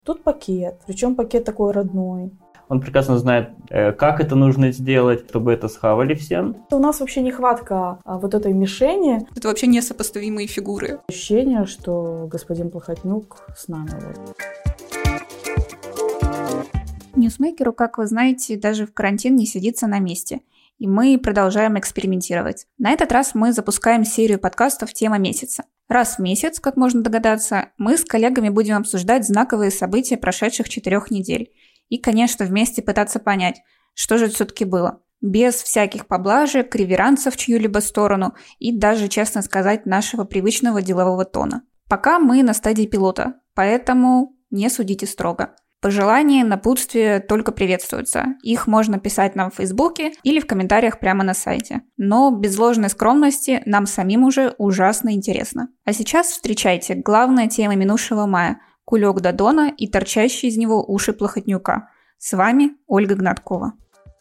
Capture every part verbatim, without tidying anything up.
Тут пакет, причем пакет такой родной. Он прекрасно знает, как это нужно сделать, чтобы это схавали всем. У нас вообще нехватка вот этой мишени. Это вообще несопоставимые фигуры. Ощущение, что господин Плохотнюк с нами. Вот. Ньюсмейкеру, как вы знаете, даже в карантин не сидится на месте. И мы продолжаем экспериментировать. На этот раз мы запускаем серию подкастов «Тема месяца». Раз в месяц, как можно догадаться, мы с коллегами будем обсуждать знаковые события прошедших четырех недель. И, конечно, вместе пытаться понять, что же это все-таки было. Без всяких поблажек, реверансов в чью-либо сторону и даже, честно сказать, нашего привычного делового тона. Пока мы на стадии пилота, поэтому не судите строго. Пожелания, напутствия только приветствуются. Их можно писать нам в Фейсбуке или в комментариях прямо на сайте. Но без ложной скромности нам самим уже ужасно интересно. А сейчас встречайте главная тема минувшего мая – кулек Додона и торчащие из него уши Плохотнюка. С вами Ольга Гнаткова.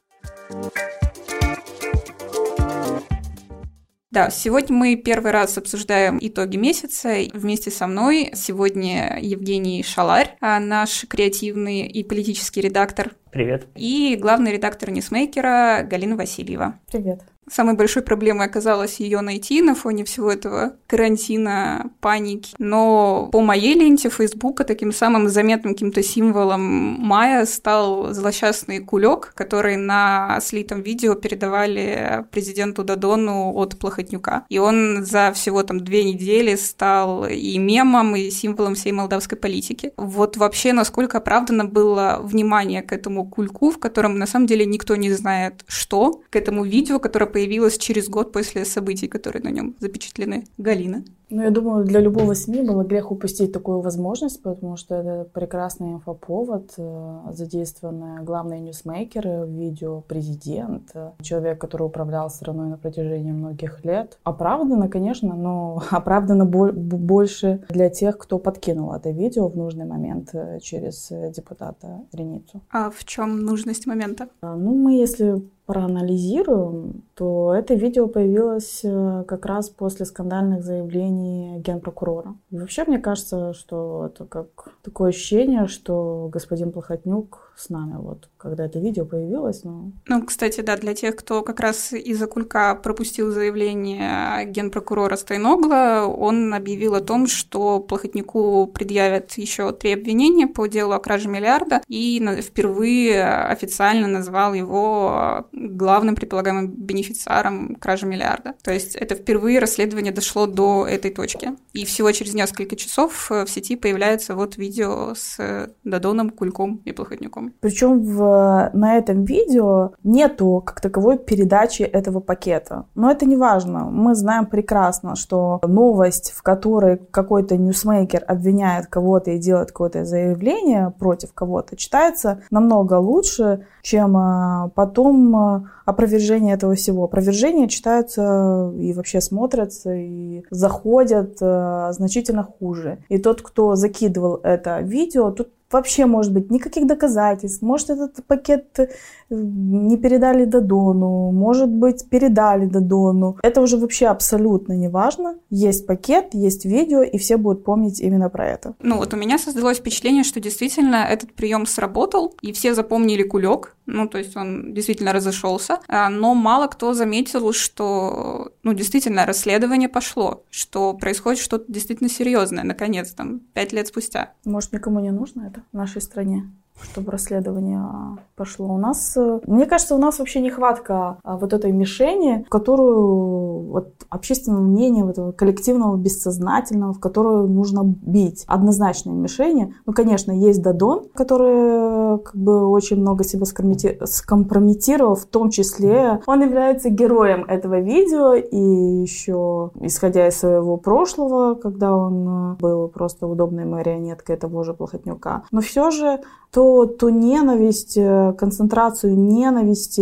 Да, сегодня мы первый раз обсуждаем итоги месяца. Вместе со мной сегодня Евгений Шаларь, наш креативный и политический редактор. Привет. И главный редактор Ньюсмейкера Галина Васильева. Привет. Самой большой проблемой оказалось ее найти на фоне всего этого карантина, паники. Но по моей ленте Фейсбука таким самым заметным каким-то символом мая стал злосчастный кулек, который на слитом видео передавали президенту Додону от Плохотнюка. И он за всего там две недели стал и мемом, и символом всей молдавской политики. Вот вообще, насколько оправдано было внимание к этому кульку, в котором на самом деле никто не знает что, к этому видео, которое появилась через год после событий, которые на нем запечатлены. Галина. Ну, я думаю, для любого СМИ было грех упустить такую возможность, потому что это прекрасный инфоповод, задействованные главные ньюсмейкеры в видео, президент, человек, который управлял страной на протяжении многих лет. Оправдано, конечно, но оправдано больше для тех, кто подкинул это видео в нужный момент через депутата Реницу. А в чем нужность момента? Ну, мы, если проанализируем, то это видео появилось как раз после скандальных заявлений генпрокурора. И вообще, мне кажется, что это как такое ощущение, что господин Плохотнюк с нами, вот, когда это видео появилось. Ну, ну кстати, да, для тех, кто как раз из-за кулька пропустил заявление генпрокурора Стайногла, он объявил о том, что Плохотнюку предъявят еще три обвинения по делу о краже миллиарда, и впервые официально назвал его главным предполагаемым бенефициаром кражи миллиарда. То есть это впервые расследование дошло до этой точки. И всего через несколько часов в сети появляется вот видео с Додоном, Кульком и Плохотнюком. Причем в, на этом видео нету как таковой передачи этого пакета. Но это не важно. Мы знаем прекрасно, что новость, в которой какой-то ньюсмейкер обвиняет кого-то и делает какое-то заявление против кого-то, читается намного лучше, чем потом опровержение этого всего. Опровержения читаются и вообще смотрятся, и заходят значительно хуже. И тот, кто закидывал это видео, тут вообще, может быть, никаких доказательств. Может, этот пакет не передали Додону, может быть, передали Додону. Это уже вообще абсолютно не важно. Есть пакет, есть видео, и все будут помнить именно про это. Ну вот у меня создалось впечатление, что действительно этот прием сработал, и все запомнили кулек. Ну, то есть он действительно разошелся. Но мало кто заметил, что, ну, действительно, расследование пошло, что происходит что-то действительно серьезное, наконец, там, пять лет спустя. Может, никому не нужно это в нашей стране, чтобы расследование пошло. У нас, мне кажется, у нас вообще нехватка вот этой мишени, в которую вот общественного мнения, вот этого коллективного, бессознательного, в которую нужно бить. Однозначные мишени. Ну, конечно, есть Додон, который как бы очень много себя скомпрометировал, в том числе он является героем этого видео, и еще, исходя из своего прошлого, когда он был просто удобной марионеткой того же Плохотнюка. Но все же то, ту ненависть, концентрацию ненависти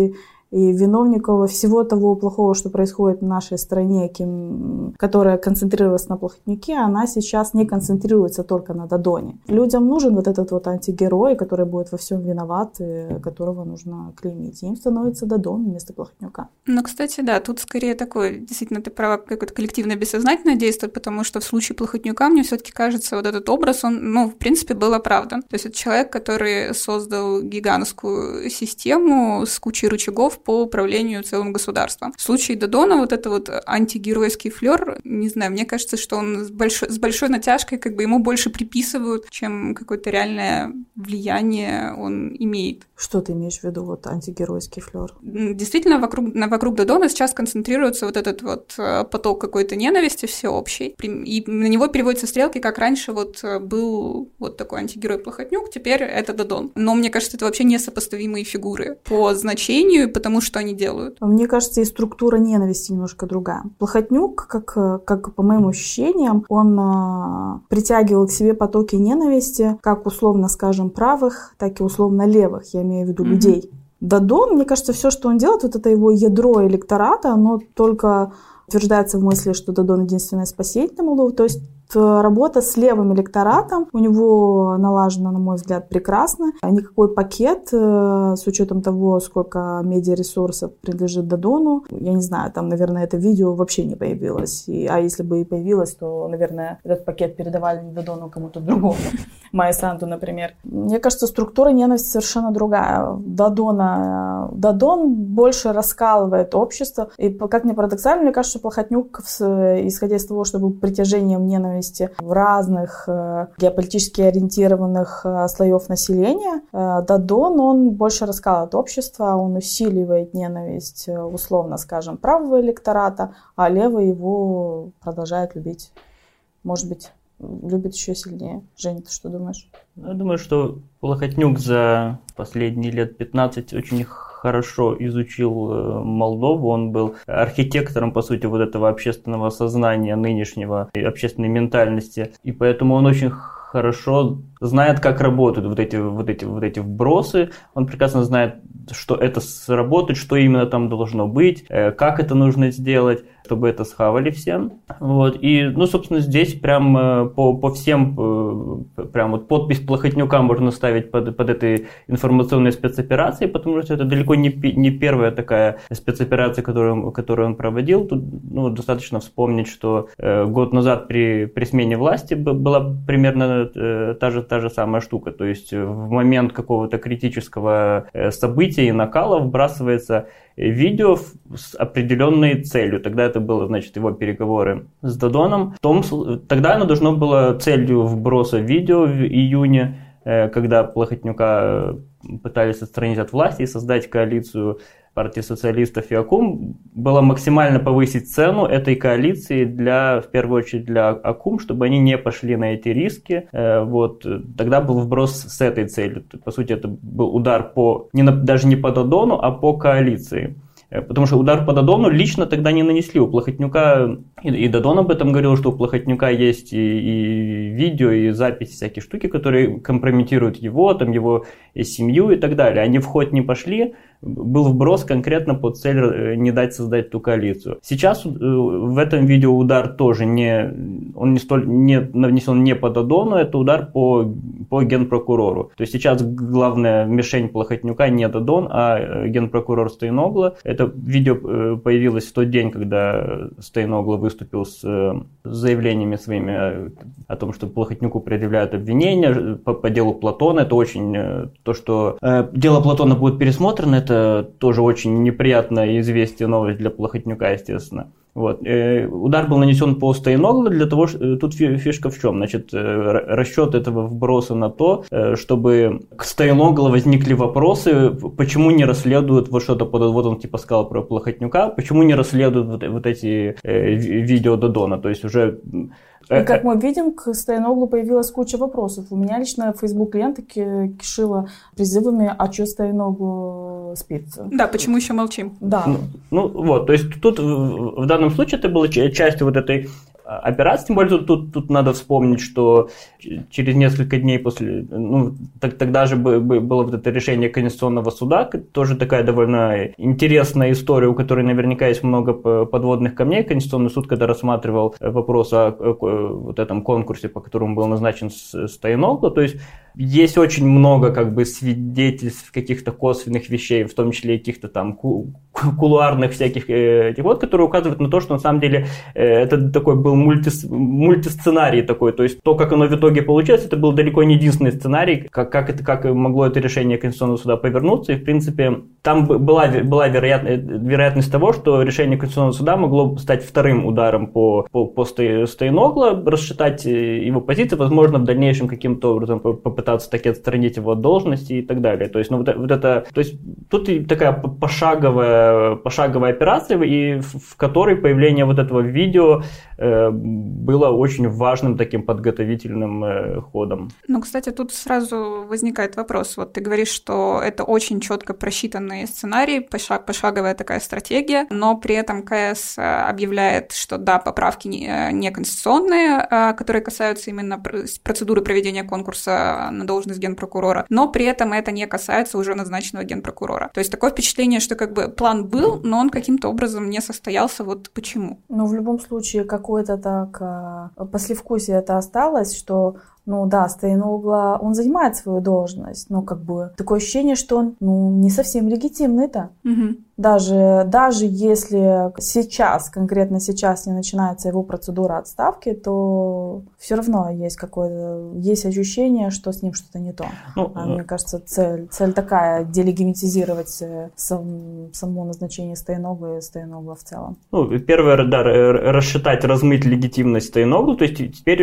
И виновников всего того плохого, что происходит в нашей стране, кем, которая концентрировалась на Плохотнюке, она сейчас не концентрируется только на Додоне. Людям нужен вот этот вот антигерой, который будет во всем виноват, и которого нужно клеймить. И им становится Додон вместо Плохотнюка. Ну, кстати, да, тут скорее такое, действительно, ты права, какое-то коллективное бессознательное действие, потому что в случае Плохотнюка, мне все-таки кажется, вот этот образ, он, ну, в принципе, был оправдан. То есть это человек, который создал гигантскую систему с кучей рычагов по управлению целым государством. В случае Додона вот это вот антигеройский флёр, не знаю, мне кажется, что он с большой, с большой натяжкой, как бы ему больше приписывают, чем какое-то реальное влияние он имеет. Что ты имеешь в виду, вот антигеройский флёр? Действительно, вокруг, вокруг Додона сейчас концентрируется вот этот вот поток какой-то ненависти всеобщей, и на него переводятся стрелки, как раньше вот был вот такой антигерой Плохотнюк, теперь это Додон. Но мне кажется, это вообще несопоставимые фигуры по значению и потому, что они делают. Мне кажется, и структура ненависти немножко другая. Плохотнюк, как, как по моим ощущениям, он а, притягивал к себе потоки ненависти, как условно, скажем, правых, так и условно левых, я имею в виду mm-hmm. людей. Додон, мне кажется, все, что он делает, вот это его ядро электората, оно только утверждается в мысли, что Додон единственное спасение для Молдовы, то есть работа с левым электоратом у него налажена, на мой взгляд, прекрасно. Никакой пакет, с учетом того, сколько медиаресурсов принадлежит Додону, я не знаю, там, наверное, это видео вообще не появилось. И, а если бы и появилось, то, наверное, этот пакет передавали не Додону, а кому-то другому. Майе Санду, например. Мне кажется, структура ненависти совершенно другая. Додона, Додон больше раскалывает общество. И, как ни парадоксально, мне кажется, Плохотнюк, исходя из того, что был притяжением ненависти в разных э, геополитически ориентированных э, слоев населения, э, Додон, он больше раскалывает общество, он усиливает ненависть, э, условно скажем, правого электората, а левый его продолжает любить. Может быть, любит еще сильнее. Женя, ты что думаешь? Я думаю, что Плохотнюк за последние лет пятнадцать очень хорошо изучил Молдову. Он был архитектором, по сути, вот этого общественного сознания нынешнего, общественной ментальности. И поэтому он очень хорошо знает, как работают вот эти, вот эти, вот эти вбросы. Он прекрасно знает, что это сработает, что именно там должно быть, как это нужно сделать, чтобы это схавали все. Вот. И, ну, собственно, здесь прям по, по всем, прям вот подпись Плохотнюка можно ставить под, под этой информационной спецоперацией, потому что это далеко не, не первая такая спецоперация, которую, которую он проводил. Тут, ну, достаточно вспомнить, что э, год назад при, при смене власти была примерно э, та же, та же самая штука. То есть в момент какого-то критического э, события и накала вбрасывается видео с определенной целью. Тогда это было, значит, его переговоры с Додоном. В том, тогда оно должно было целью вброса видео в июне, когда Плохотнюка пытались отстранить от власти и создать коалицию партии социалистов и АКУМ, было максимально повысить цену этой коалиции для, в первую очередь, для АКУМ, чтобы они не пошли на эти риски. Вот. Тогда был вброс с этой целью. По сути, это был удар по, не на, даже не по Додону, а по коалиции. Потому что удар по Додону лично тогда не нанесли. У Плохотнюка, и, и Додон об этом говорил, что у Плохотнюка есть и, и видео, и записи, всякие штуки, которые компрометируют его, там, его семью и так далее. Они в ход не пошли. Был вброс конкретно под цель не дать создать ту коалицию. Сейчас в этом видео удар тоже не, он не столь не нанесен не по Додону, это удар по, по генпрокурору. То есть сейчас главная мишень Плохотнюка не Додон, а генпрокурор Стоиногло. Это видео появилось в тот день, когда Стоиногло выступил с заявлениями своими о том, что Плохотнюку предъявляют обвинения по, по делу Платона. Это очень то, что э, дело Платона будет пересмотрено. Это тоже очень неприятное известие, новость для Плохотнюка, естественно. Вот. Удар был нанесен по Стоиногло для того, что тут фишка в чем? Значит, расчет этого вброса на то, чтобы к Стоиногло возникли вопросы, почему не расследуют вот что-то, под, вот он типа сказал про Плохотнюка, почему не расследуют вот, вот эти видео Додона, то есть уже... И как мы видим, к Стоиноглу появилась куча вопросов. У меня лично Facebook лента кишила призывами, а что Стоиноглу спит? Да, почему еще молчим? Да. Ну, ну вот, то есть тут в, в данном случае это была часть вот этой операций. Тем более тут, тут надо вспомнить, что через несколько дней после, ну, так, тогда же было вот это решение Конституционного суда, тоже такая довольно интересная история, у которой наверняка есть много подводных камней. Конституционный суд, когда рассматривал вопрос о вот этом конкурсе, по которому был назначен Стояногло, то есть есть очень много как бы свидетельств каких-то косвенных вещей, в том числе каких-то там кулуарных всяких этих вот, которые указывают на то, что на самом деле это такой был мульти, мультисценарий такой, то есть то, как оно в итоге получилось, это был далеко не единственный сценарий, как, как, это, как могло это решение Конституционного суда повернуться, и в принципе там была, была вероятность, вероятность того, что решение Конституционного суда могло стать вторым ударом по, по, по Стояногло, расшатать его позиции, возможно, в дальнейшем каким-то образом попытаться таки отстранить его от должности и так далее. То есть, ну, вот, вот это, то есть тут и такая пошаговая, пошаговая операция, и в, в которой появление вот этого видео э, было очень важным таким подготовительным э, ходом. Ну, кстати, тут сразу возникает вопрос. Вот ты говоришь, что это очень четко просчитанный сценарий, пошаг, пошаговая такая стратегия, но при этом КС объявляет, что да, поправки не, не конституционные, которые касаются именно процедуры проведения конкурса на должность генпрокурора, но при этом это не касается уже назначенного генпрокурора. То есть такое впечатление, что как бы план был, но он каким-то образом не состоялся. Вот почему? Ну, в любом случае, какое-то так послевкусие это осталось, что ну да, Стояногло, он занимает свою должность, но как бы такое ощущение, что он ну, не совсем легитимный-то. Угу. Даже, даже если сейчас, конкретно сейчас не начинается его процедура отставки, то все равно есть какое-то, есть ощущение, что с ним что-то не то. Ну, а, мне кажется, цель, цель такая, делегитимизировать сам, само назначение Стояногло и Стояногло в целом. Ну, первое, да, рассчитать, размыть легитимность Стояногло, то есть теперь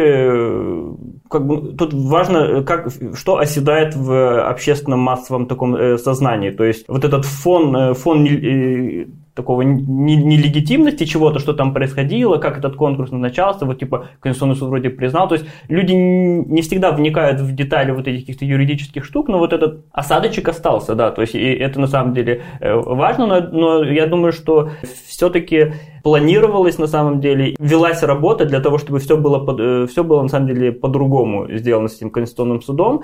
как бы тут важно, как, что оседает в общественном массовом таком сознании, то есть вот этот фон, фон такого нелегитимности чего-то, что там происходило, как этот конкурс назначался, вот типа Конституционный суд вроде признал, то есть люди не всегда вникают в детали вот этих каких-то юридических штук, но вот этот осадочек остался, да, то есть и это на самом деле важно, но, но я думаю, что все-таки планировалось на самом деле, велась работа для того, чтобы все было, под, все было на самом деле по-другому сделано с этим Конституционным судом.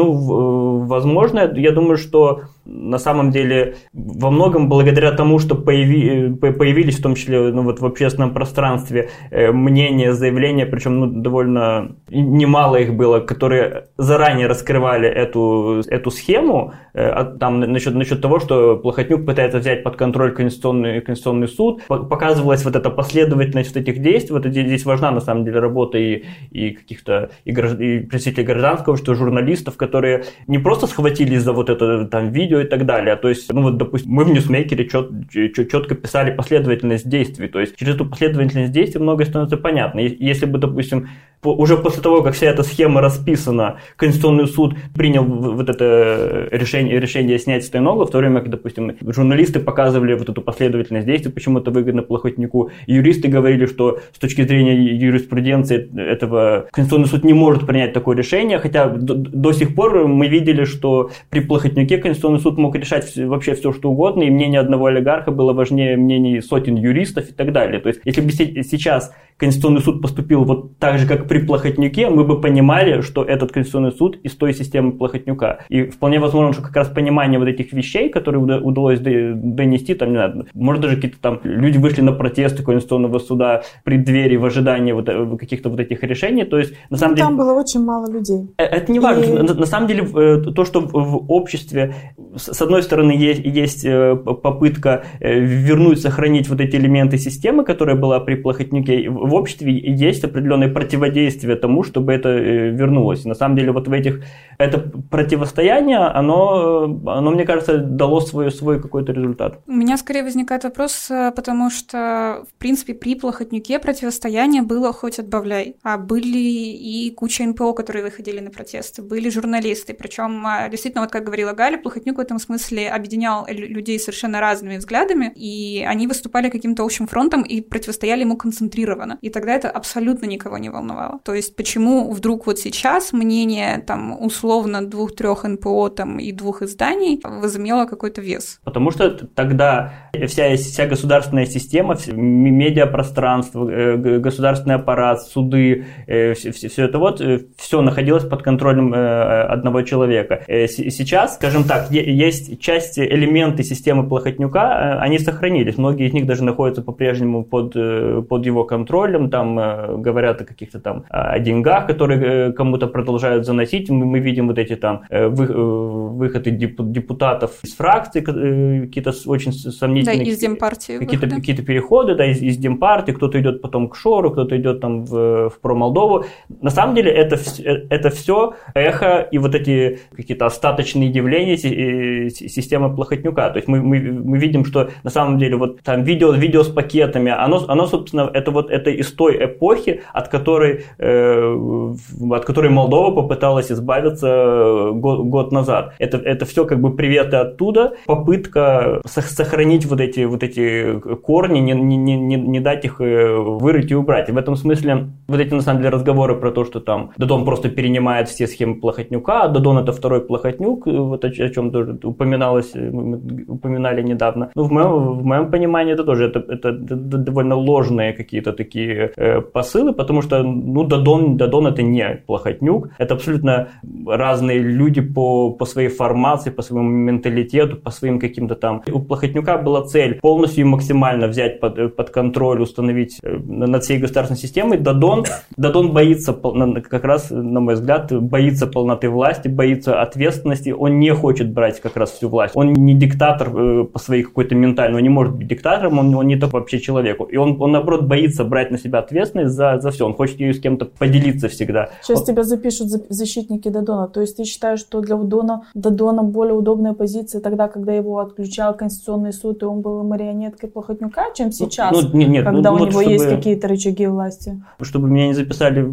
Ну, возможно, я думаю, что на самом деле во многом благодаря тому, что появи, появились в том числе ну, вот в общественном пространстве мнения, заявления, причем ну, довольно немало их было, которые заранее раскрывали эту, эту схему, там, насчет, насчет того, что Плохотнюк пытается взять под контроль Конституционный, Конституционный суд, показывалось вот эта последовательность вот этих действий, вот здесь важна на самом деле работа и, и каких-то и, гражд... и представителей гражданского, что журналистов, которые не просто схватились за вот это там видео и так далее, а то есть, ну вот, допустим, мы в Ньюсмейкере чет... четко писали последовательность действий, то есть через эту последовательность действий многое становится понятно. Если бы, допустим, уже после того, как вся эта схема расписана, Конституционный суд принял вот это решение, решение снять Стояногло, в то время как, допустим, журналисты показывали вот эту последовательность действий, почему это выгодно Плохотнюку, и юристы говорили, что с точки зрения юриспруденции этого Конституционный суд не может принять такое решение, хотя до, до сих пор мы видели, что при Плохотнюке Конституционный суд мог решать вообще все, что угодно, и мнение одного олигарха было важнее мнений сотен юристов и так далее. То есть, если бы сейчас Конституционный суд поступил вот так же, как при Плохотнюке, мы бы понимали, что этот Конституционный суд из той системы Плохотнюка. И вполне возможно, что как раз понимание вот этих вещей, которые удалось донести, там, не знаю, может даже какие-то там люди вышли на протесты Конституционного суда при двери в ожидании вот каких-то вот этих решений, то есть на самом ну, деле... Там было очень мало людей. Это не важно. И... На, на самом деле то, что в обществе с одной стороны есть, есть попытка вернуть, сохранить вот эти элементы системы, которая была при Плохотнюке, в обществе есть определенное противодействие тому, чтобы это вернулось. И на самом деле вот в этих это противостояние, оно, оно мне кажется, дало свой, свой какой-то результат. У меня скорее возникает вопрос, потому что, в принципе, при Плохотнюке противостояние было хоть отбавляй. А были и куча эн пэ о, которые выходили на протесты, были журналисты. Причем, действительно, вот как говорила Галя, Плохотнюк в этом смысле объединял людей совершенно разными взглядами, и они выступали каким-то общим фронтом и противостояли ему концентрированно. И тогда это абсолютно никого не волновало. То есть, почему вдруг вот сейчас мнение, там, условно, условно двух-трех эн пэ о там, и двух изданий возымело какой-то вес. Потому что тогда вся, вся государственная система, медиапространство, государственный аппарат, суды, все, все это вот, все находилось под контролем одного человека. Сейчас, скажем так, есть часть элементы системы Плохотнюка, они сохранились. Многие из них даже находятся по-прежнему под, под его контролем, там говорят о каких-то там о деньгах, которые кому-то продолжают заносить. Мы, мы видим вот эти там выходы депутатов из фракций, какие-то очень сомнительные... Да, из Демпартии. Какие-то, какие-то переходы, да, из, из Демпартии, кто-то идет потом к Шору, кто-то идет там в, в Про-Молдову. На самом деле это, это все эхо и вот эти какие-то остаточные явления системы Плохотнюка. То есть мы, мы, мы видим, что на самом деле вот там видео, видео с пакетами, оно, оно собственно, это вот это из той эпохи, от которой, э, от которой Молдова попыталась избавиться год, год назад. Это, это все как бы приветы оттуда, попытка сохранить вот эти, вот эти корни, не, не, не, не дать их вырыть и убрать. И в этом смысле вот эти на самом деле разговоры про то, что там Дадон просто перенимает все схемы Плохотнюка, а Дадон это второй Плохотнюк, вот о, о чем тоже упоминалось, мы упоминали недавно. Ну, в моем, в моем понимании это тоже это, это довольно ложные какие-то такие э, посылы, потому что ну, Дадон, Дадон это не Плохотнюк, это абсолютно разные люди по, по своей формации, по своему менталитету, по своим каким-то там. У Плохотнюка была цель полностью и максимально взять под, под контроль, установить над всей государственной системой. Дадон, Дадон боится, как раз, на мой взгляд, боится полноты власти, боится ответственности, он не хочет брать как раз всю власть. Он не диктатор по своей какой-то ментальной, он не может быть диктатором, он, он не такой вообще человеку. И он, он, наоборот, боится брать на себя ответственность за, за все, он хочет ее с кем-то поделиться всегда. Сейчас вот. Тебя запишут защитники Дадона, то есть ты считаешь, что для Дадона, Дадона более удобная позиция тогда, когда его отключал Конституционный суд, и он был марионеткой Плохотнюка, чем сейчас, ну, нет, нет, когда ну, у вот него чтобы, есть какие-то рычаги власти? Чтобы меня не записали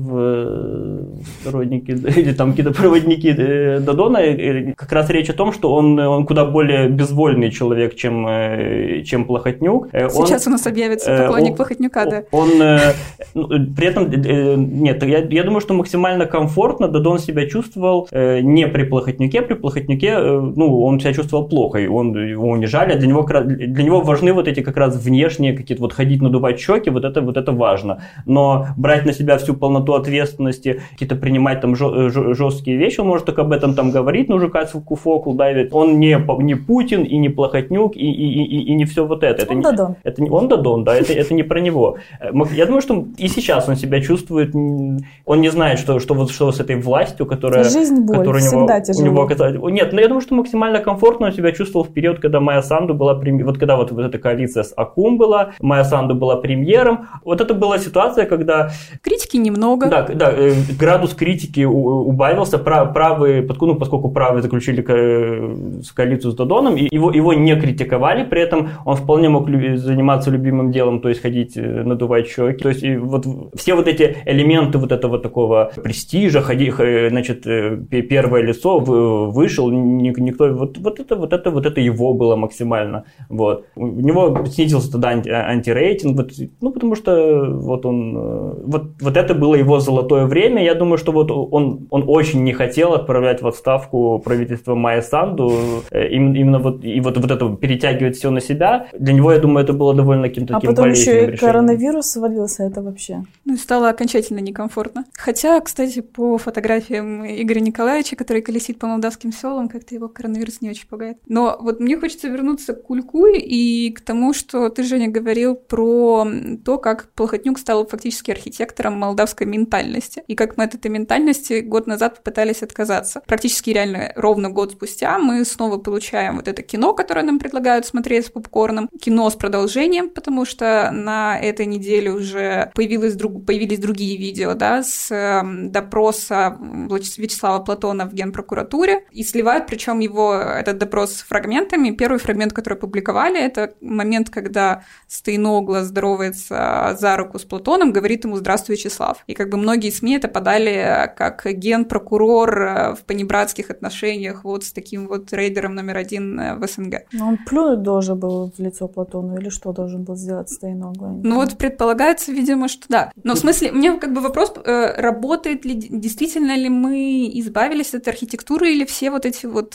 в сторонники или там какие-то проводники Дадона, как раз речь о том, что он, он куда более безвольный человек, чем, чем Плохотнюк. Сейчас он, у нас объявится поклонник он, Плохотнюка, да. Он, ну, при этом, нет, я, я думаю, что максимально комфортно Дадон себя чувствовал не при Плохотнюке, при Плохотнюке, ну, он себя чувствовал плохо, он, его унижали, для него, для него важны вот эти как раз внешние какие-то, вот ходить, надувать щеки, вот это, вот это важно. Но брать на себя всю полноту ответственности, какие-то принимать там жесткие вещи, он может только об этом там говорить, но жукать в куфокул давит. Он не, не Путин и не Плохотнюк и, и, и, и не все вот это. это он не, Дадон. Это не, он Дадон, да, это, это не про него. Я думаю, что и сейчас он себя чувствует, он не знает, что, что, вот, что с этой властью, которая... Жизнь боль, которая всегда у него, тяжело. У него, нет, но я думаю, что максимально комфортно он себя чувствовал в период, когда Майя Санду была премьером. Вот когда вот, вот эта коалиция с Акум была, Майя Санду была премьером. Вот это была ситуация, когда... Критики немного. Да, да, градус критики убавился. Правые, ну, поскольку правые заключили коалицию с Дадоном, его, его не критиковали, при этом он вполне мог заниматься любимым делом, то есть ходить, надувать щеки. То есть и вот все вот эти элементы вот этого такого престижа, ходи, значит, первое лицо вышел, никто, вот, вот это, вот это, вот это его было максимально. Вот. У него снизился тогда анти, антирейтинг, вот, ну, потому что вот он, вот, вот это было его золотое время. Я думаю, что вот он, он очень не хотел отправлять в отставку правительство Майя Санду, именно вот, и вот, вот это перетягивать все на себя. Для него, я думаю, это было довольно каким-то таким болезненным решением. А потом еще и коронавирус свалился, это вообще. Ну и стало окончательно некомфортно. Хотя, кстати, по фотографиям Игоря Николаевича, который колесит по молдавским селам, как-то его коронавирус не очень пугает. Но вот мне хочется вернуться к Кульку и к тому, что ты, Женя, говорил про то, как Плохотнюк стал фактически архитектором молдавской ментальности. И как мы от этой ментальности год назад попытались отказаться. Практически реально ровно год спустя мы снова получаем вот это кино, которое нам предлагают смотреть с попкорном. Кино с продолжением, потому что на этой неделе уже появилось друг, появились другие видео, да, с э, допроса Вячеслава Платона в Генпрокуратуре. И сливают, причем его, этот допрос с фрагментами. Первый фрагмент, который опубликовали, это момент, когда Стоиногло здоровается за руку с Платоном, говорит ему «Здравствуй, Вячеслав». И как бы многие СМИ это подали как генпрокурор в понебратских отношениях вот с таким вот рейдером номер один в СНГ. Но он плюнуть должен был в лицо Платону или что должен был сделать Стоиногло? Ну вот предполагается, видимо, что да. Но в смысле, у меня как бы вопрос, работает ли, действительно ли мы из избавились от архитектуры или все вот эти вот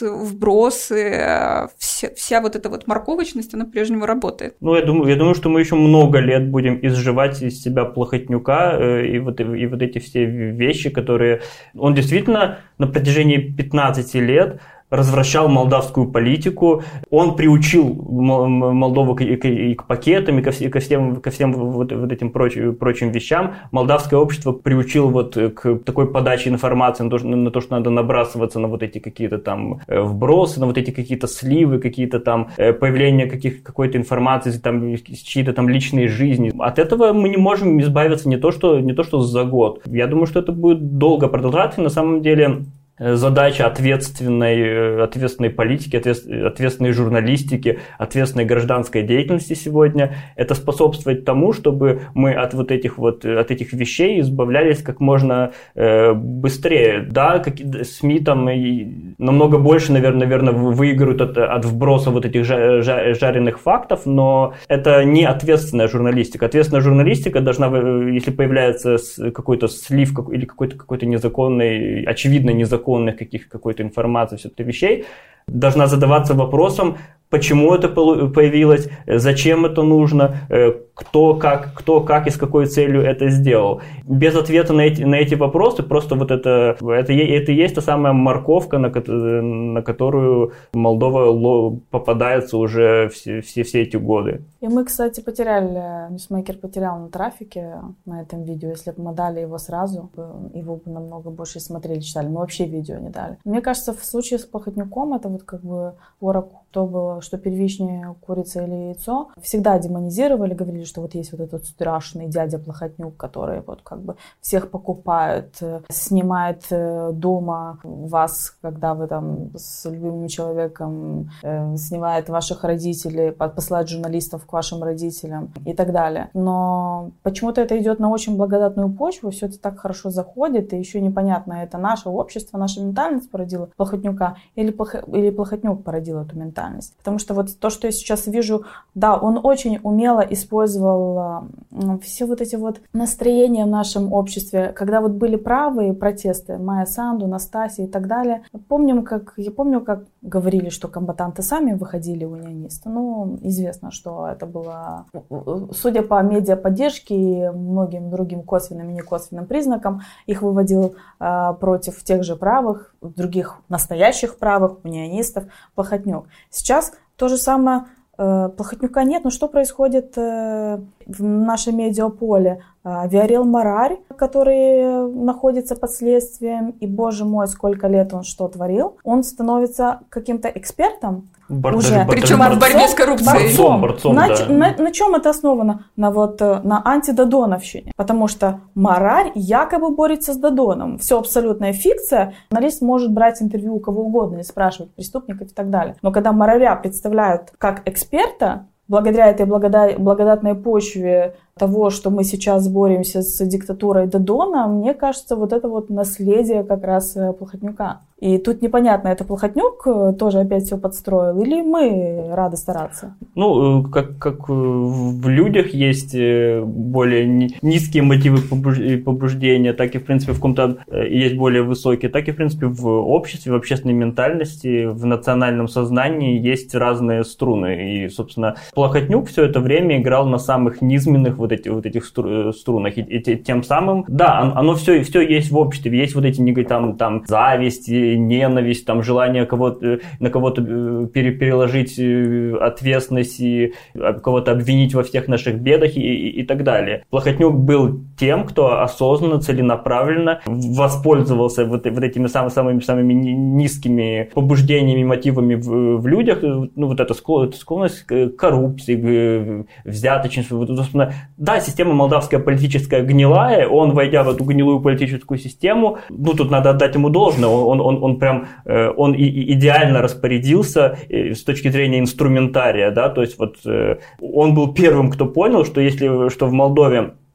вбросы, вся, вся вот эта вот морковочность, она по-прежнему работает? Ну, я думаю, я думаю, что мы еще много лет будем изживать из себя Плохотнюка э, и, вот, и вот эти все вещи, которые... Он действительно на протяжении пятнадцати лет развращал молдавскую политику, он приучил Молдову и к, и к пакетам, и ко, и ко всем, ко всем вот, вот этим прочим, прочим вещам. Молдавское общество приучил вот к такой подаче информации на то, на то, что надо набрасываться на вот эти какие-то там вбросы, на вот эти какие-то сливы, какие-то там появление каких, какой-то информации, там, чьи-то там личные жизни. От этого мы не можем избавиться не то, что, не то, что за год. Я думаю, что это будет долго продолжаться, и на самом деле... Задача ответственной, ответственной политики, ответственной журналистики, ответственной гражданской деятельности сегодня – это способствовать тому, чтобы мы от вот этих вот от этих вещей избавлялись как можно э, быстрее. Да, как, СМИ там и намного больше, наверное, наверное выиграют от, от вброса вот этих жа, жа, жареных фактов, но это не ответственная журналистика. Ответственная журналистика должна, если появляется какой-то слив или какой-то какой-то незаконный, очевидно незаконный каких, какой-то информации, все это вещей, должна задаваться вопросом, почему это появилось, зачем это нужно, кто как, кто как и с какой целью это сделал. Без ответа на эти, на эти вопросы просто вот это, это, это и есть та самая морковка, на, на которую Молдова попадается уже все, все, все эти годы. И мы, кстати, потеряли, Ньюсмейкер потерял на трафике на этом видео. Если бы мы дали его сразу, его бы намного больше смотрели, читали. Мы вообще видео не дали. Мне кажется, в случае с Плохотнюком это вот как бы ворог, то было, что первичнее курица или яйцо. Всегда демонизировали, говорили, что вот есть вот этот страшный дядя Плохотнюк, который вот как бы всех покупает, снимает дома вас, когда вы там с любимым человеком, снимает ваших родителей, посылает журналистов к вашим родителям и так далее. Но почему-то это идет на очень благодатную почву, все это так хорошо заходит, и еще непонятно, это наше общество, наша ментальность породила Плохотнюка или, плохо, или Плохотнюк породил эту ментальность. Потому что вот то, что я сейчас вижу, да, он очень умело использовал все вот эти вот настроения в нашем обществе, когда вот были правые протесты, Майя Санду, Настасья и так далее. Помним, как, я помню, как говорили, что комбатанты сами выходили унионисты. Ну, известно, что это было, судя по медиаподдержке и многим другим косвенным и некосвенным признакам, их выводил э, против тех же правых, других настоящих правых унионистов Плохотнюк. Сейчас то же самое, э, Плохотнюка нет, но что происходит э, в нашем медиаполе? Э, Виорел Марарь, который находится под следствием, и, боже мой, сколько лет он что творил, он становится каким-то экспертом, Бар- уже. Причем борцом, в борьбе с коррупцией. Борцом, борцом, на, да. на, на чем это основано? На, вот, на антидодоновщине. Потому что Марарь якобы борется с Додоном. Все абсолютная фикция. Журналист может брать интервью у кого угодно и спрашивать преступников и так далее. Но когда Мараря представляют как эксперта, благодаря этой благода- благодатной почве того, что мы сейчас боремся с диктатурой Додона, мне кажется, вот это вот наследие как раз Плохотнюка. И тут непонятно, это Плохотнюк тоже опять все подстроил, или мы рады стараться? Ну, как, как в людях есть более низкие мотивы побуждения, так и, в принципе, в ком-то есть более высокие, так и, в принципе, в обществе, в общественной ментальности, в национальном сознании есть разные струны. И, собственно, Плохотнюк все это время играл на самых низменных вот, эти, вот этих струнах. И, и тем самым, да, оно все, все есть в обществе. Есть вот эти там, там зависть, ненависть, там, желание кого-то, на кого-то пере, переложить ответственность и кого-то обвинить во всех наших бедах и, и, и так далее. Плохотнюк был тем, кто осознанно, целенаправленно воспользовался вот, вот этими самыми, самыми, самыми низкими побуждениями, мотивами в, в людях. Ну, вот эта склонность к коррупции, к взяточничеству. Вот, собственно, да, система молдавская политическая гнилая, он, войдя в эту гнилую политическую систему, ну, тут надо отдать ему должное, он, он, он прям, он и, и идеально распорядился с точки зрения инструментария, да, то есть вот он был первым, кто понял, что если, что в Молдове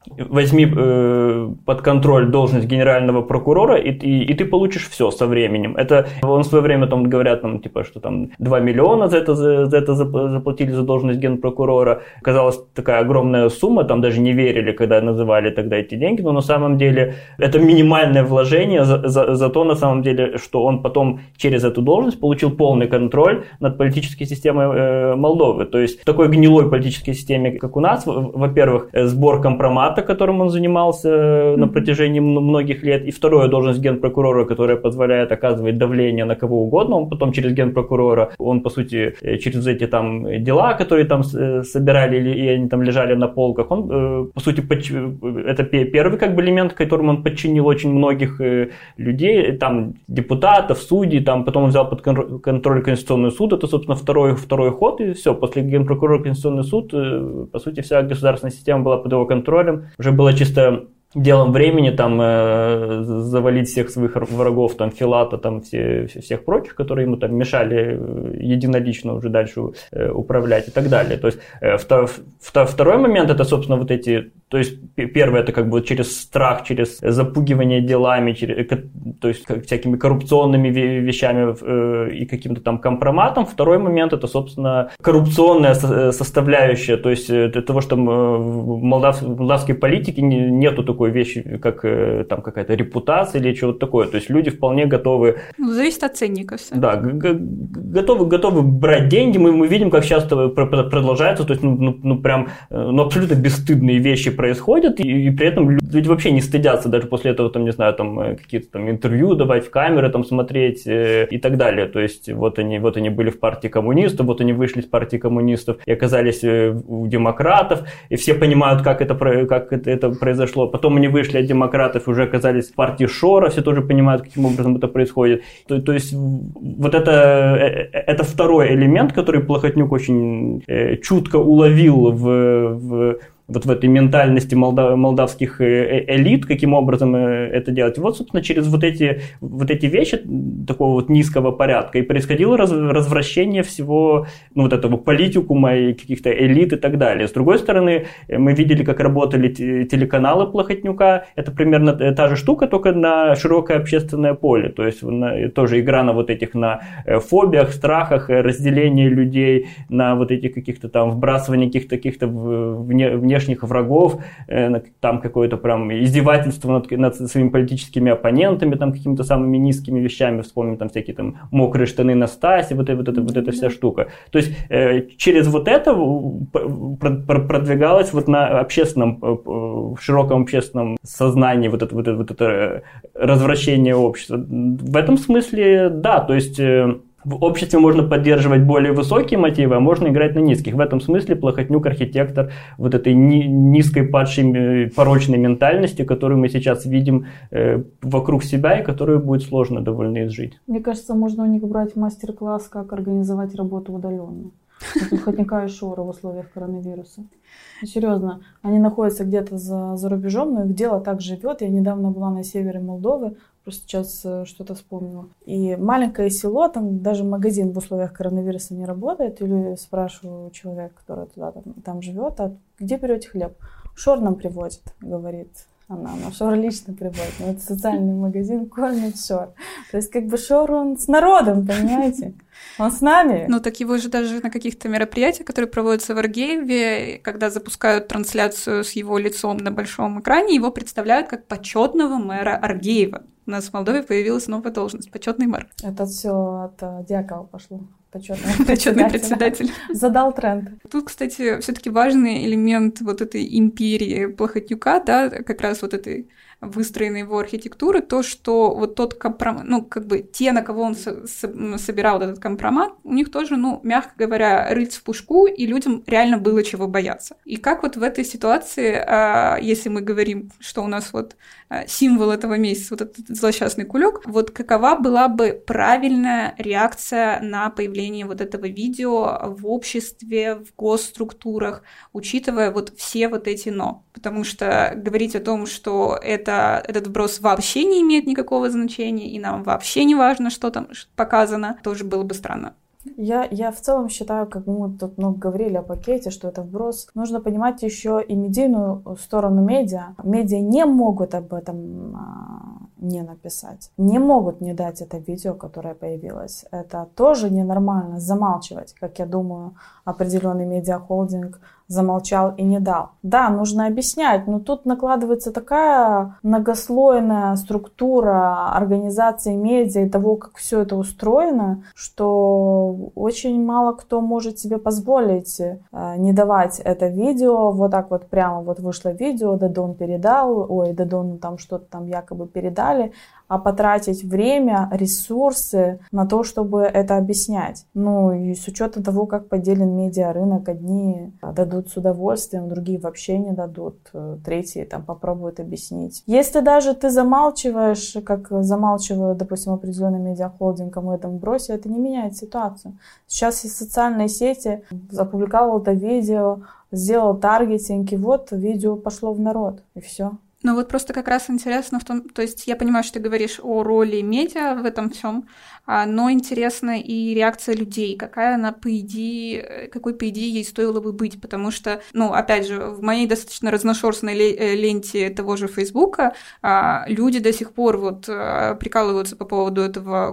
возьми э, под контроль должность генерального прокурора, и, и, и ты получишь все со временем. Это он в свое время там говорят, там, типа, что там два миллиона за это, за, за это заплатили за должность генпрокурора. Казалось, такая огромная сумма, там даже не верили, когда называли тогда эти деньги, но на самом деле это минимальное вложение за, за, за то, на самом деле, что он потом через эту должность получил полный контроль над политической системой э, Молдовы. То есть в такой гнилой политической системе, как у нас, во-первых, сбор компромата, которым он занимался mm-hmm. на протяжении многих лет, и второе, должность генпрокурора, которая позволяет оказывать давление на кого угодно, он потом через генпрокурора, он, по сути, через эти там дела, которые там собирали, и они там лежали на полках, он, по сути, это первый как бы элемент, которым он подчинил очень многих людей, там, депутатов, судей, там, потом он взял под контроль Конституционный суд, это, собственно, второй, второй ход, и все, после генпрокурора Конституционный суд, по сути, вся государственная система была под его контролем, уже было чисто делом времени там э, завалить всех своих врагов, там Филата, там все, всех прочих, которые ему там мешали единолично уже дальше э, управлять и так далее. То есть э, втор, втор, второй момент это, собственно, вот эти, то есть первое это как бы через страх, через запугивание делами, через, то есть как, всякими коррупционными вещами э, и каким-то там компроматом. Второй момент это, собственно, коррупционная составляющая, то есть для того, что в молдав, молдавской политике нету такой такой вещи, как там какая-то репутация или что-то такое. То есть люди вполне готовы... Ну, зависит от ценников. Да, г- готовы, готовы брать деньги. Мы, мы видим, как часто продолжается. То есть, ну, ну, ну прям, ну, абсолютно бесстыдные вещи происходят. И, и при этом люди вообще не стыдятся даже после этого, там, не знаю, там, какие-то там интервью давать, в камеры там смотреть э, и так далее. То есть, вот они, вот они были в партии коммунистов, вот они вышли из партии коммунистов и оказались у демократов. И все понимают, как это, как это, это произошло. Потом они вышли от демократов и уже оказались в партии Шора, все тоже понимают, каким образом это происходит. То, то есть вот это, это второй элемент, который Плохотнюк очень э, чутко уловил в, в вот в этой ментальности молдав, молдавских элит, каким образом это делать. И вот, собственно, через вот эти, вот эти вещи такого вот низкого порядка и происходило раз, развращение всего, ну, вот этого политикума и каких-то элит и так далее. С другой стороны, мы видели, как работали телеканалы Плохотнюка. Это примерно та же штука, только на широкое общественное поле. То есть на, тоже игра на вот этих, на фобиях, страхах, разделении людей, на вот этих каких-то там вбрасывании каких-то, каких-то вне, вне внешних врагов, э, там какое-то прям издевательство над, над своими политическими оппонентами, там какими-то самыми низкими вещами, вспомним там всякие там мокрые штаны на Стасе, вот, вот, это, вот эта вся штука. То есть э, через вот это продвигалось вот на общественном, в широком общественном сознании вот это, вот это, вот это развращение общества. В этом смысле, да, то есть... Э, В обществе можно поддерживать более высокие мотивы, а можно играть на низких. В этом смысле Плохотнюк архитектор вот этой ни- низкой, падшей, порочной ментальности, которую мы сейчас видим э, вокруг себя и которую будет сложно довольно изжить. Мне кажется, можно у них брать мастер-класс, как организовать работу удаленно. У Плохотнюка и Шора в условиях коронавируса. Серьезно, они находятся где-то за, за рубежом, но их дело так живет. Я недавно была на севере Молдовы, просто сейчас что-то вспомнила. И маленькое село, там даже магазин в условиях коронавируса не работает. Или спрашиваю человека, который туда, там, там живет, а где берете хлеб? Шор нам привозит, говорит она. Но Шор лично привозит. Но это социальный магазин, кормит Шор. То есть как бы Шор, он с народом, понимаете? Он с нами. Ну, так его же даже на каких-то мероприятиях, которые проводятся в Аргееве, когда запускают трансляцию с его лицом на большом экране, его представляют как почетного мэра Аргеева. У нас в Молдове появилась новая должность – почетный мэр. Это все от Дьякова пошло. Почетный председатель. председатель. Задал тренд. Тут, кстати, все-таки важный элемент вот этой империи Плохотнюка, да, как раз вот этой выстроенной его архитектуры, то, что вот тот компромат, ну, как бы те, на кого он со- со- собирал этот компромат, у них тоже, ну, мягко говоря, рыльц в пушку, и людям реально было чего бояться. И как вот в этой ситуации, если мы говорим, что у нас вот символ этого месяца, вот этот злосчастный кулек, вот какова была бы правильная реакция на появление вот этого видео в обществе, в госструктурах, учитывая вот все вот эти «но». Потому что говорить о том, что это, этот вброс вообще не имеет никакого значения, и нам вообще не важно, что там показано, тоже было бы странно. Я, я в целом считаю, как мы тут много говорили о пакете, что это вброс. Нужно понимать еще и медийную сторону медиа. Медиа не могут об этом а, не написать. Не могут не дать это видео, которое появилось. Это тоже ненормально замалчивать, как я думаю, определенный медиахолдинг замолчал и не дал. Да, нужно объяснять, но тут накладывается такая многослойная структура организации медиа и того, как все это устроено, что очень мало кто может себе позволить э, не давать это видео. Вот так вот прямо вот вышло видео, Дадон передал, ой, Дадон там что-то там якобы передали, а потратить время, ресурсы на то, чтобы это объяснять. Ну и с учетом того, как поделен медиарынок, одни дадут с удовольствием, другие вообще не дадут, третьи там попробуют объяснить. Если даже ты замалчиваешь, как замалчивают, допустим, определенный медиахолдинг о этом вбросе, это не меняет ситуацию. Сейчас есть социальные сети, опубликовал это видео, сделал таргетинг, и вот видео пошло в народ, и все. Ну вот просто как раз интересно в том, то есть я понимаю, что ты говоришь о роли медиа в этом всем, но интересна и реакция людей, какая она, по идее, какой, по идее, ей стоило бы быть, потому что, ну, опять же, в моей достаточно разношерстной ленте того же Фейсбука люди до сих пор вот прикалываются по поводу этого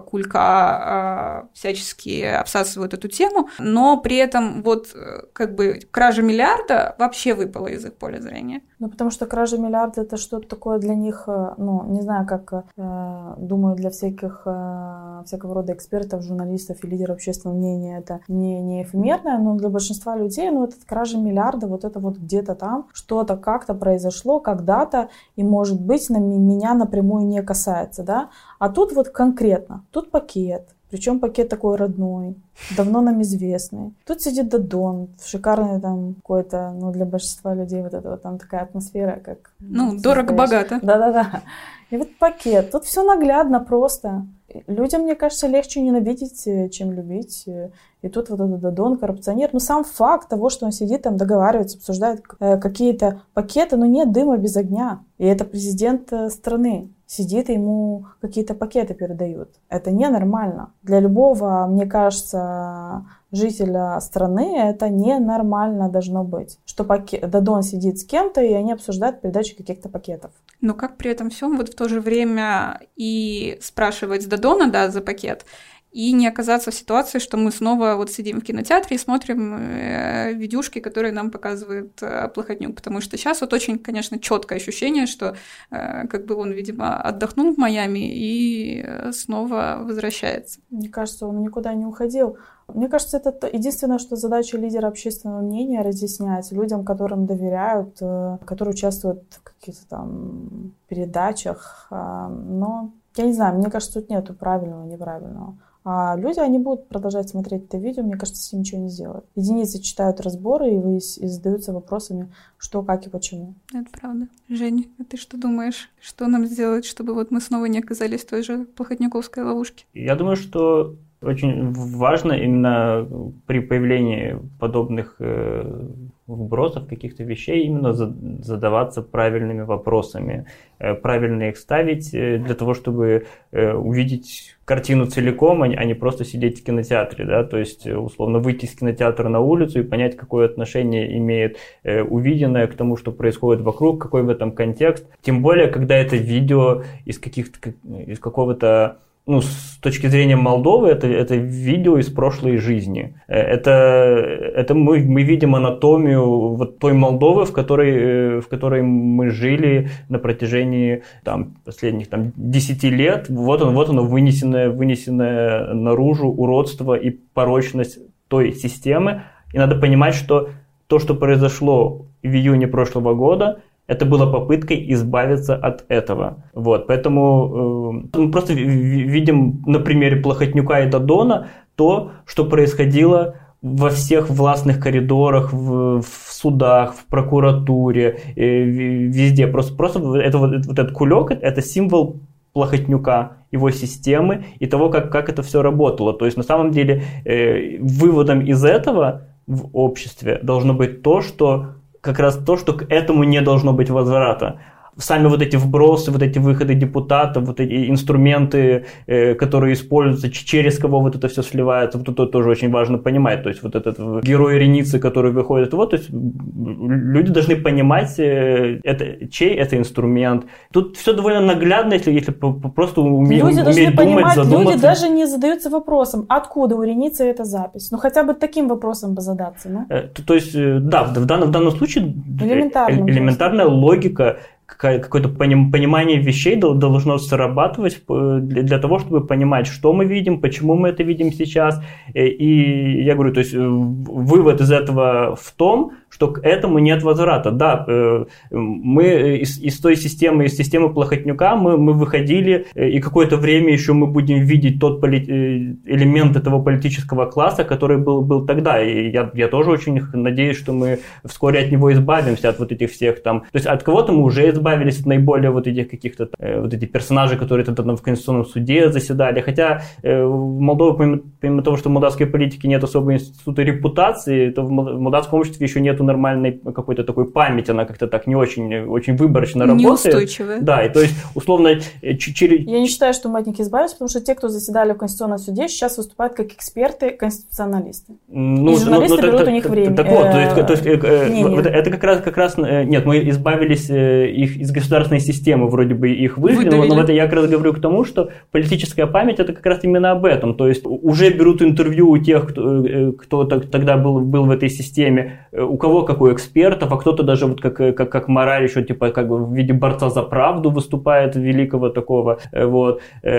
кулька, всячески обсасывают эту тему, но при этом вот как бы кража миллиарда вообще выпала из их поля зрения. Ну, потому что кража миллиарда — это что-то такое для них, ну, не знаю, как, э, думаю, для всяких, э, всякого рода экспертов, журналистов и лидеров общественного мнения это не, не эфемерное, но для большинства людей, ну, это кража миллиарда, вот это вот где-то там, что-то как-то произошло когда-то, и, может быть, на меня напрямую не касается, да, а тут вот конкретно, тут пакет. Причем пакет такой родной, давно нам известный. Тут сидит Дадон, шикарный там какой-то, ну, для большинства людей вот это вот там такая атмосфера, как... Ну, дорого-богато. Да-да-да. И вот пакет. Тут все наглядно просто. Людям, мне кажется, легче ненавидеть, чем любить. И тут вот этот Дадон, коррупционер. Ну, сам факт того, что он сидит там, договаривается, обсуждает какие-то пакеты, но нет дыма без огня. И это президент страны. Сидит и ему какие-то пакеты передают. Это ненормально. Для любого, мне кажется, жителя страны это ненормально должно быть. Что пакет... Дадон сидит с кем-то, и они обсуждают передачу каких-то пакетов. Но как при этом всем вот в то же время и спрашивать с Дадона, да, за пакет, и не оказаться в ситуации, что мы снова вот сидим в кинотеатре и смотрим э, видюшки, которые нам показывает э, Плохотнюк, потому что сейчас вот очень, конечно, четкое ощущение, что э, как бы он, видимо, отдохнул в Майами и э, снова возвращается. Мне кажется, он никуда не уходил. Мне кажется, это единственное, что задача лидера общественного мнения — разъяснять людям, которым доверяют, э, которые участвуют в каких-то там передачах. Э, но я не знаю, мне кажется, тут нету правильного, неправильного. А люди, они будут продолжать смотреть это видео, мне кажется, с ним ничего не сделают. Единицы читают разборы и, вы, и задаются вопросами, что, как и почему. Это правда. Жень, а ты что думаешь? Что нам сделать, чтобы вот мы снова не оказались в той же плохотнюковской ловушке? Я думаю, что очень важно именно при появлении подобных э, вбросов, каких-то вещей, именно задаваться правильными вопросами, э, правильно их ставить э, для того, чтобы э, увидеть картину целиком, а не просто сидеть в кинотеатре, да, то есть, условно, выйти из кинотеатра на улицу и понять, какое отношение имеет э, увиденное к тому, что происходит вокруг, какой в этом контекст. Тем более, когда это видео из каких-то, из какого-то, ну, с точки зрения Молдовы, это, это видео из прошлой жизни. Это, это мы, мы видим анатомию вот той Молдовы, в которой, в которой мы жили на протяжении там, последних там, десяти лет. Вот, он, вот оно вынесенное, вынесенное наружу уродство и порочность той системы. И надо понимать, что то, что произошло в июне прошлого года, это была попыткой избавиться от этого. Вот, поэтому э, мы просто видим на примере Плохотнюка и Дадона то, что происходило во всех властных коридорах, в, в судах, в прокуратуре, э, везде. Просто, просто это, вот, вот этот кулек – это символ Плохотнюка, его системы и того, как, как это все работало. То есть на самом деле э, выводом из этого в обществе должно быть то, что как раз то, что к этому не должно быть возврата. сами вот эти вбросы, вот эти выходы депутатов, вот эти инструменты, которые используются, через кого вот это все сливается, вот это тоже очень важно понимать. То есть вот этот герой Реницы, который выходит, вот, то есть люди должны понимать, это, чей это инструмент. Тут все довольно наглядно, если, если просто уме, люди уметь должны думать, понимать, задуматься. Люди даже не задаются вопросом, откуда у Реницы эта запись. Ну хотя бы таким вопросом бы задаться. Ну? То, то есть, да, в данном, в данном случае элементарная, элементарная логика, какое-то понимание вещей должно срабатывать для того, чтобы понимать, что мы видим, почему мы это видим сейчас. И я говорю, то есть вывод из этого в том, что к этому нет возврата. Да, мы из, из той системы, из системы Плохотнюка мы, мы выходили, и какое-то время еще мы будем видеть тот поли- элемент этого политического класса, который был, был тогда. И я, я тоже очень надеюсь, что мы вскоре от него избавимся, от вот этих всех там... То есть от кого-то мы уже избавились, от наиболее вот этих каких-то вот этих персонажей, которые тогда там в Конституционном суде заседали. Хотя в Молдове, помимо, помимо того, что в молдавской политике нет особого института репутации, то в молдавском обществе еще нету нормальной какой-то такой памяти, она как-то так не очень, очень выборочно работает. Неустойчивая. Да, и то есть, условно, через... Я не считаю, что мы от них избавились, потому что те, кто заседали в Конституционном суде, сейчас выступают как эксперты-конституционалисты. Ну, и журналисты ну, берут так, у них так, время. Так вот, то есть, то есть не, это как раз, как раз, нет, мы избавились их из государственной системы, вроде бы их выжгли, но, но это я как раз говорю к тому, что политическая память это как раз именно об этом, то есть уже берут интервью у тех, кто, кто тогда был, был в этой системе, у кого какой экспертов, а кто-то даже вот как, как, как мораль еще типа как бы в виде борца за правду выступает, великого такого, вот,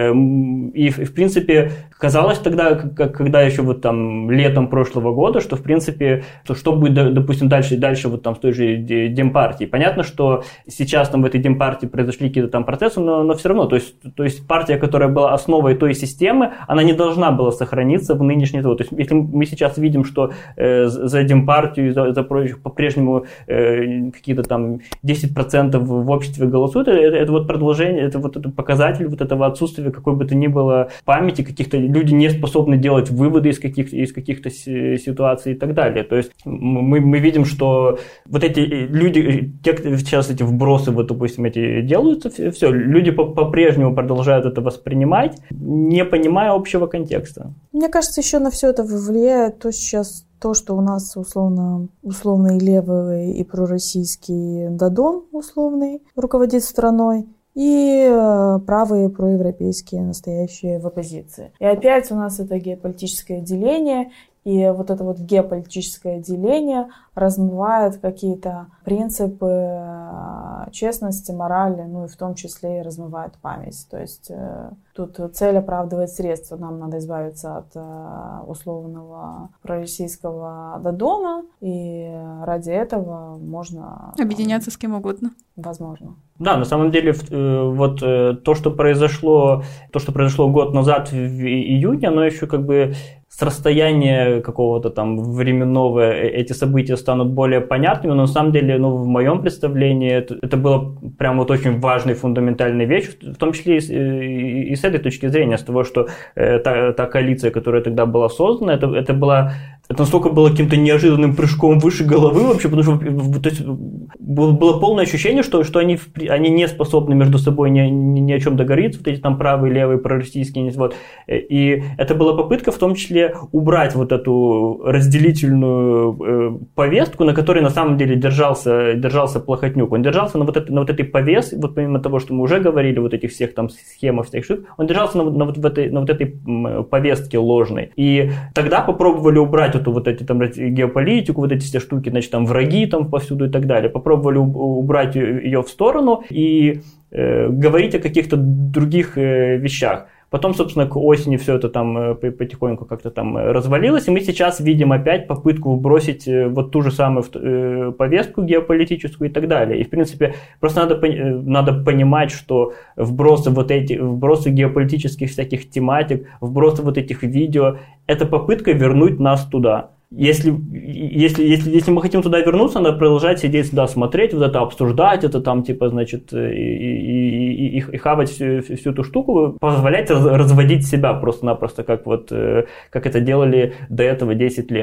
и в принципе казалось тогда, когда еще вот там летом прошлого года, что в принципе, то что будет, допустим, дальше, дальше вот там с той же Демпартией. Понятно, что сейчас там в этой Демпартии произошли какие-то там процессы, но, но все равно, то есть, то есть партия, которая была основой той системы, она не должна была сохраниться в нынешней, то есть если мы сейчас видим, что э, за Демпартию и за, за прочих по-прежнему э, какие-то там десять процентов в обществе голосуют, это, это вот продолжение, это вот это показатель вот этого отсутствия какой бы то ни было памяти, каких-то люди не способны делать выводы из каких-то, из каких-то ситуаций и так далее. То есть мы, мы видим, что вот эти люди, те, кто сейчас эти вбросы, вот, допустим, эти делаются, все, люди по-прежнему продолжают это воспринимать, не понимая общего контекста. Мне кажется, еще на все это влияет то сейчас, то, что у нас условно, условный левый и пророссийский Дадон условный руководит страной, и правые проевропейские настоящие в оппозиции. И опять у нас это геополитическое деление, и вот это вот геополитическое деление размывает какие-то принципы честности, морали, ну и в том числе и размывает память. То есть э, тут цель оправдывает средства. Нам надо избавиться от э, условного пророссийского Дадона, и ради этого можно... Объединяться с кем угодно. Возможно. Да, на самом деле, вот то, что произошло, то, что произошло год назад в июне, оно еще как бы с расстояния какого-то там временного эти события станут более понятными, но на самом деле, ну, в моем представлении это, это было прям вот очень важной, фундаментальной вещью, в том числе и, и с этой точки зрения, с того, что э, та, та коалиция, которая тогда была создана, это, это была... Это настолько было каким-то неожиданным прыжком выше головы вообще, потому что то есть, было полное ощущение, что, что они, они не способны между собой ни, ни, ни о чем договориться, вот эти там правые, левые, пророссийские. Вот. И это была попытка в том числе убрать вот эту разделительную э, повестку, на которой на самом деле держался, держался Плохотнюк. Он держался на вот, это, на вот этой повестке, вот помимо того, что мы уже говорили, вот этих всех там схемах, всех штук, он держался на, на, вот, в этой, на вот этой повестке ложной. И тогда попробовали убрать эту вот эти там геополитику, вот эти все штуки, значит, там враги там повсюду и так далее. Попробовали убрать ее в сторону и э, говорить о каких-то других э, вещах. Потом, собственно, к осени все это там потихоньку как-то там развалилось, и мы сейчас видим опять попытку бросить вот ту же самую повестку геополитическую и так далее. И, в принципе, просто надо, надо понимать, что вбросы вот эти, вбросы геополитических всяких тематик, вбросы вот этих видео, это попытка вернуть нас туда. Если, если, если, если мы хотим туда вернуться, надо продолжать сидеть сюда, смотреть, вот это обсуждать, это там типа, значит, и, и, и, и хавать всю, всю эту штуку, позволять разводить себя просто-напросто, как вот, как это делали до этого десять лет.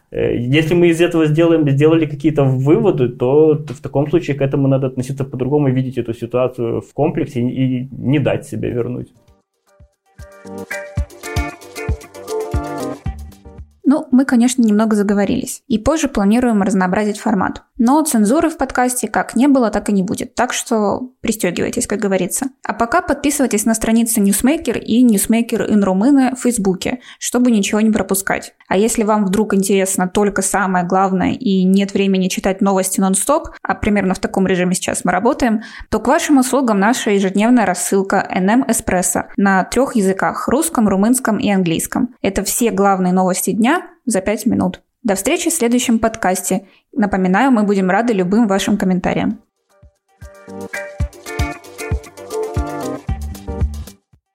Если мы из этого сделаем, сделали какие-то выводы, то в таком случае к этому надо относиться по-другому и видеть эту ситуацию в комплексе и не дать себе вернуть. Ну, мы, конечно, немного заговорились. И позже планируем разнообразить формат. Но цензуры в подкасте как не было, так и не будет. Так что пристегивайтесь, как говорится. А пока подписывайтесь на страницы Newsmaker и Newsmaker in Romania в Фейсбуке, чтобы ничего не пропускать. А если вам вдруг интересно только самое главное и нет времени читать новости нон-стоп, а примерно в таком режиме сейчас мы работаем, то к вашим услугам наша ежедневная рассылка эн эм Espresso на трех языках – русском, румынском и английском. Это все главные новости дня за пять минут. До встречи в следующем подкасте. Напоминаю, мы будем рады любым вашим комментариям.